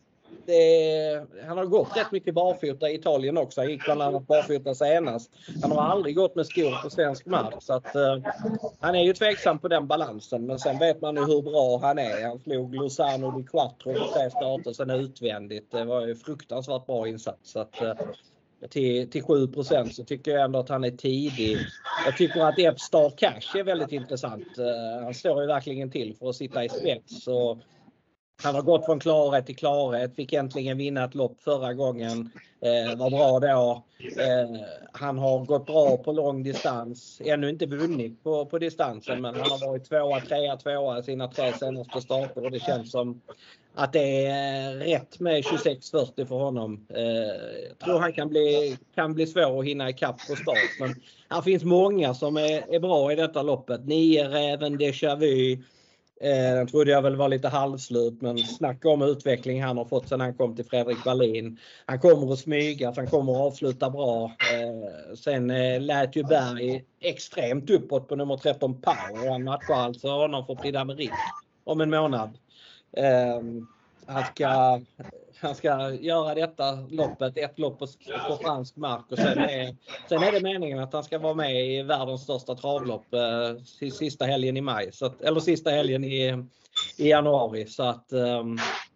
det, han har gått rätt mycket barfota i Italien också. Han gick bland annat barfota senast. Han har aldrig gått med skor på svensk mark. Så att, uh, han är ju tveksam på den balansen. Men sen vet man ju hur bra han är. Han slog Lozano di Quattro på tre starter sen utvändigt. Det var ju fruktansvärt bra insats. Så att, uh, till, till sju procent så tycker jag ändå att han är tidig. Jag tycker att F-Star Cash är väldigt intressant. Uh, han står ju verkligen till för att sitta i spets. Så han har gått från klarhet till klarhet, fick äntligen vinna ett lopp förra gången, eh, var bra då. Eh, han har gått bra på lång distans, ännu inte vunnit på, på distansen, men han har varit tvåa, trea, tvåa i sina tre senaste starter och det känns som att det är rätt med tjugosex fyrtio för honom. Eh, jag tror han kan bli, kan bli svår att hinna ikapp på start, men här finns många som är, är bra i detta loppet. Nio Räven Déjà Vu. Eh, den trodde jag väl var lite halvslut, men snacka om utveckling han har fått sedan han kom till Fredrik Wallin. Han kommer att smyga, han kommer att avsluta bra. Eh, sen eh, lät ju Berg extremt uppåt på nummer tretton Power. Han matchar alltså honom för Prix d'Amérique om en månad. Eh, han ska... Han ska göra detta loppet, ett lopp på, på fransk mark och sen är, sen är det meningen att han ska vara med i världens största travlopp eh, sista helgen i maj, så att, eller sista helgen i, i januari. Så att um,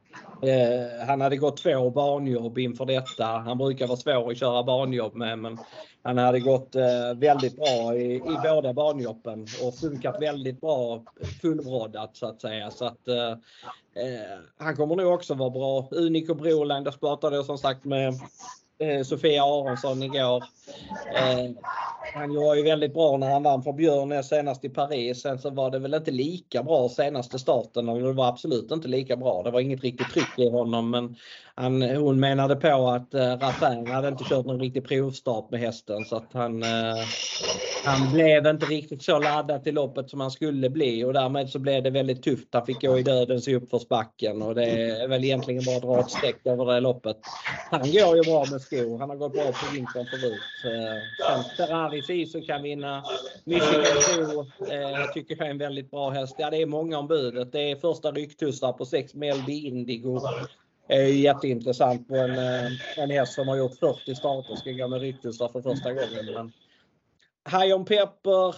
eh, han hade gått två barnjobb inför detta. Han brukar vara svår att köra barnjobb med, men han hade gått eh, väldigt bra i, i båda barnjobben och funkat väldigt bra fullbroddat så att säga. Så att eh, eh, han kommer nog också vara bra. Unico Broline, där pratade jag som sagt med eh, Sofia Aronsson igår. Eh, han var ju väldigt bra när han vann för Björn senast i Paris. Sen så var det väl inte lika bra senaste starten. Och det var absolut inte lika bra. Det var inget riktigt tryck i honom. Men han, hon menade på att eh, Raffin hade inte kört någon riktig provstart med hästen. Så att han, eh, han blev inte riktigt så laddad i loppet som han skulle bli. Och därmed så blev det väldigt tufft. Han fick gå i dödens uppförsbacken. Och det är väl egentligen bara att dra ett streck över det loppet. Han går ju bra med skor. Han har gått bra på vintern förut. Sen Ferrari så kan vinna. Michigan Zoo eh, jag tycker jag är en väldigt bra häst. Ja, det är många om budet. Det är första rycktussar på sex Melby Indigo. Det är jätteintressant på en, en häst som har gjort fyrtio starter ska gå med rycktussar för första gången. Men High on Pepper,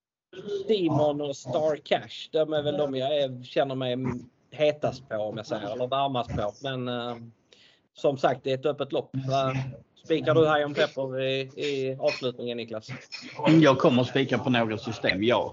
Demon och Star Cash, de är väl de jag är, känner mig hetast på om jag säger, eller varmast på. Men eh, som sagt, det är ett öppet lopp. Spikar du High on Pepper i, i avslutningen, Niklas? Jag kommer att spika på några system, ja.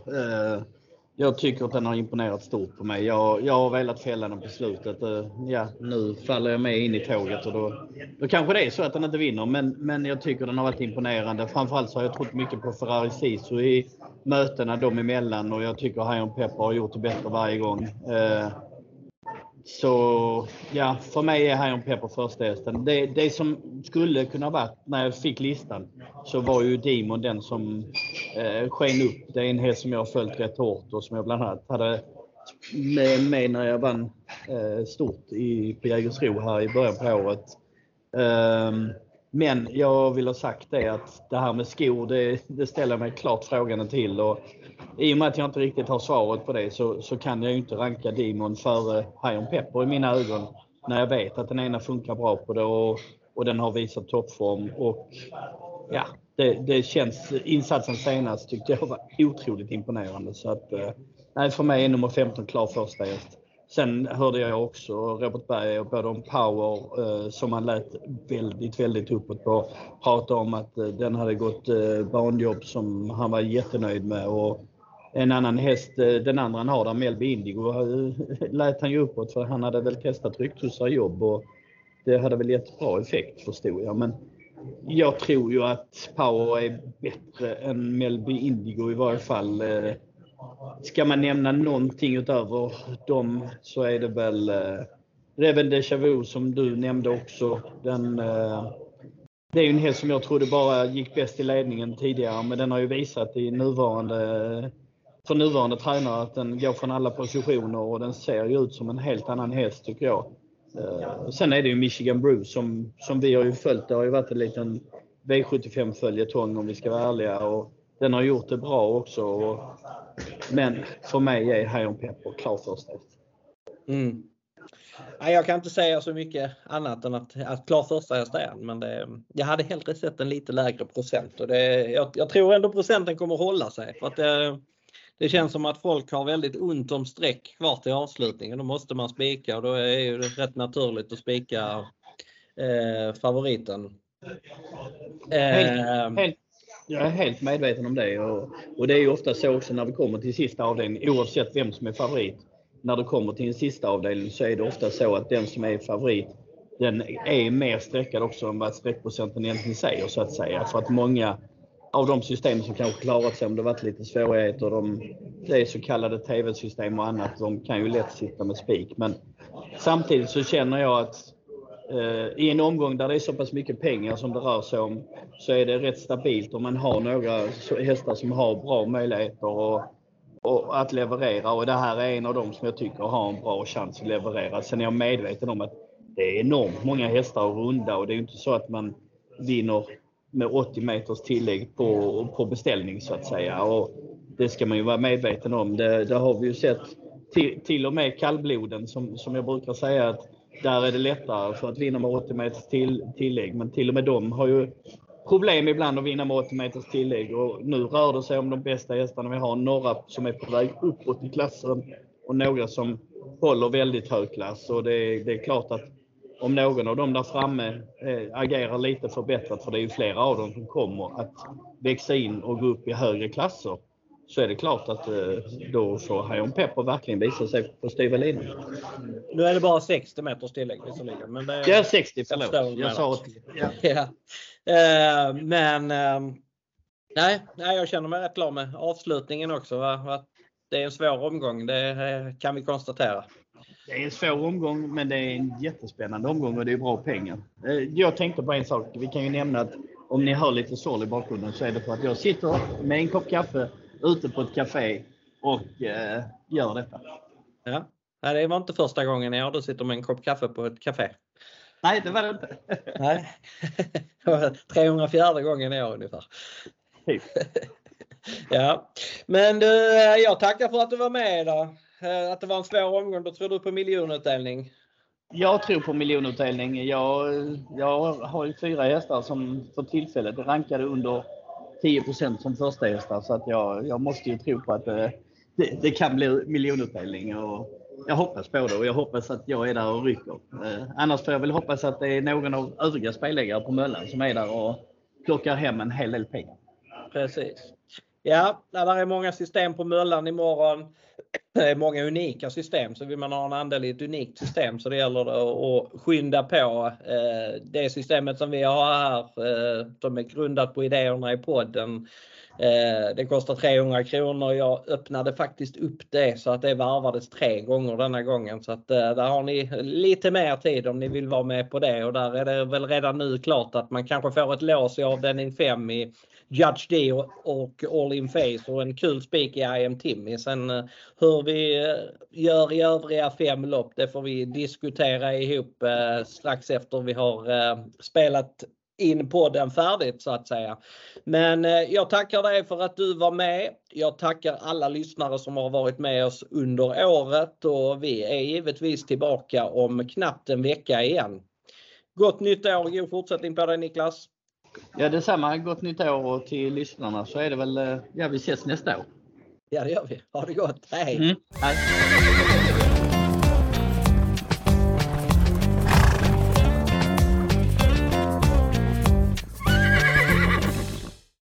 Jag tycker att den har imponerat stort på mig. Jag, jag har velat fälla den på slutet. Ja, nu faller jag med in i tåget och då, då kanske det är så att den inte vinner. Men, men jag tycker den har varit imponerande. Framförallt så har jag trott mycket på Ferrari Sisu i mötena dem emellan. Och jag tycker High on Pepper har gjort det bättre varje gång. så ja, för mig är High on Pepper första hästen. Det, det som skulle kunna vara när jag fick listan, så var ju Demon den som eh, sken upp. Det är en häst som jag har följt rätt hårt och som jag bland annat hade med, med när jag vann eh, stort i, på Jägersro här i början på året. Um, men jag vill ha sagt det att det här med skor, det, det ställer mig klart frågan till, och i och med att jag inte riktigt har svaret på det så, så kan jag ju inte ranka Demon före High on Pepper i mina ögon, när jag vet att den ena funkar bra på det och, och den har visat toppform. Och ja, det, det känns, insatsen senast tyckte jag var otroligt imponerande, så att nej, för mig är nummer femton klar första häst. Sen hörde jag också Robert Berg och både om Power eh, som han lät väldigt, väldigt uppåt på, prata om att eh, den hade gått eh, banjobb som han var jättenöjd med, och en annan häst, eh, den andra han har där, Melby Indigo, eh, lät han ju uppåt för han hade väl testat rycktussar jobb och det hade väl gett bra effekt, förstod jag. Men jag tror ju att Power är bättre än Melby Indigo i varje fall. Eh, Ska man nämna någonting utöver dem så är det väl eh, Reven Deja Vu som du nämnde också. Den, eh, det är ju en häst som jag trodde bara gick bäst i ledningen tidigare, men den har ju visat i nuvarande, för nuvarande tränare att den går från alla positioner och den ser ju ut som en helt annan häst, tycker jag. Eh, sen är det ju Michigan Brew som, som vi har ju följt. Det har ju varit en liten V sjuttiofem-följetong om vi ska vara ärliga, och den har gjort det bra också. Och, men för mig är High on Pepper klar först. Mm. Nej, jag kan inte säga så mycket annat än att, att klar första häst är, men det, jag hade hellre sett en lite lägre procent, och det, jag, jag tror ändå procenten kommer att hålla sig, för att det, det känns som att folk har väldigt ont om streck kvar till avslutningen. Då måste man spika, och då är det rätt naturligt att spika eh, favoriten. Eh, helt, helt, jag är helt medveten om det, och, och det är ju ofta så också när vi kommer till sista avdelningen, oavsett vem som är favorit. När det kommer till en sista avdelning så är det ofta så att den som är favorit, den är mer sträckad också än vad sträckprocenten egentligen säger, så att säga. För att många av de system som kanske klarat sig om det varit lite svårigheter, de, det är så kallade tv-system och annat, de kan ju lätt sitta med spik. Men samtidigt så känner jag att eh, i en omgång där det är så pass mycket pengar som det rör sig om, så är det rätt stabilt om man har några hästar som har bra möjligheter och Och att leverera, och det här är en av dem som jag tycker har en bra chans att leverera. Sen är jag medveten om att det är enormt många hästar att runda, och det är inte så att man vinner med åttio meters tillägg på, på beställning, så att säga. Och det ska man ju vara medveten om. Det, det har vi ju sett till, till och med kallbloden, som, som jag brukar säga att där är det lättare för att vinna med åttio meters till, tillägg. Men till och med de har ju problem ibland att vinna med åttio meters tillägg, och nu rör det sig om de bästa hästarna. Vi har några som är på väg uppåt i klassen och några som håller väldigt hög klass, och det är, det är klart att om någon av dem där framme eh, agerar lite förbättrat, för det är ju flera av dem som kommer att växa in och gå upp i högre klasser, så är det klart att eh, då får High on Pepper verkligen visa sig på styva linan. Nu är det bara sextio meters tillägg visserligen, men det är ja, sextio, förlåt. Jag sa att, ja. ja. Uh, men uh, nej, nej, jag känner mig rätt klar med avslutningen också. Va? Det är en svår omgång, det uh, kan vi konstatera. Det är en svår omgång, men det är en jättespännande omgång och det är bra pengar. Uh, jag tänkte på en sak. Vi kan ju nämna att om ni hör lite sål i bakgrunden, så är det för att jag sitter med en kopp kaffe ute på ett café och uh, gör detta. Ja, nej, det var inte första gången jag då sitter med en kopp kaffe på ett café. Nej, det var det inte. Nej, trehundrafjärde gången i år ungefär. Typ. Ja, men du, jag tackar för att du var med då. Att det var en svår omgång, då tror du på miljonutdelning? Jag tror på miljonutdelning. Jag, jag har ju fyra hästar som för tillfället rankade under tio procent som första hästar, så att jag, jag måste ju tro på att det, det, det kan bli miljonutdelning, och jag hoppas på det, och jag hoppas att jag är där och rycker. Eh, annars får jag väl hoppas att det är någon av övriga spelläggare på Möllan som är där och plockar hem en hel del pengar. Precis. Ja, där är många system på Möllan imorgon. Det är många unika system, så vill man ha en andel i ett unikt system så det gäller det att skynda på. Det systemet som vi har här, som är grundat på idéerna i podden, det kostar trehundra kronor. Jag öppnade faktiskt upp det så att det varvades tre gånger denna gången. Så att där har ni lite mer tid om ni vill vara med på det. Och där är det väl redan nu klart att man kanske får ett lås av den i fem i Judge D och All In Face och en kul spik i I Am Timmy. Sen hur vi gör i övriga fem lopp, det får vi diskutera ihop strax efter vi har spelat in på den färdigt så att säga. Men jag tackar dig för att du var med. Jag tackar alla lyssnare som har varit med oss under året och vi är givetvis tillbaka om knappt en vecka igen. Gott nytt år, god fortsättning på dig Niklas. Ja, detsamma. Gott nytt år och till lyssnarna så är det väl, ja vi ses nästa år. Ja det gör vi. Ha det gott. Hej. Mm. Hej.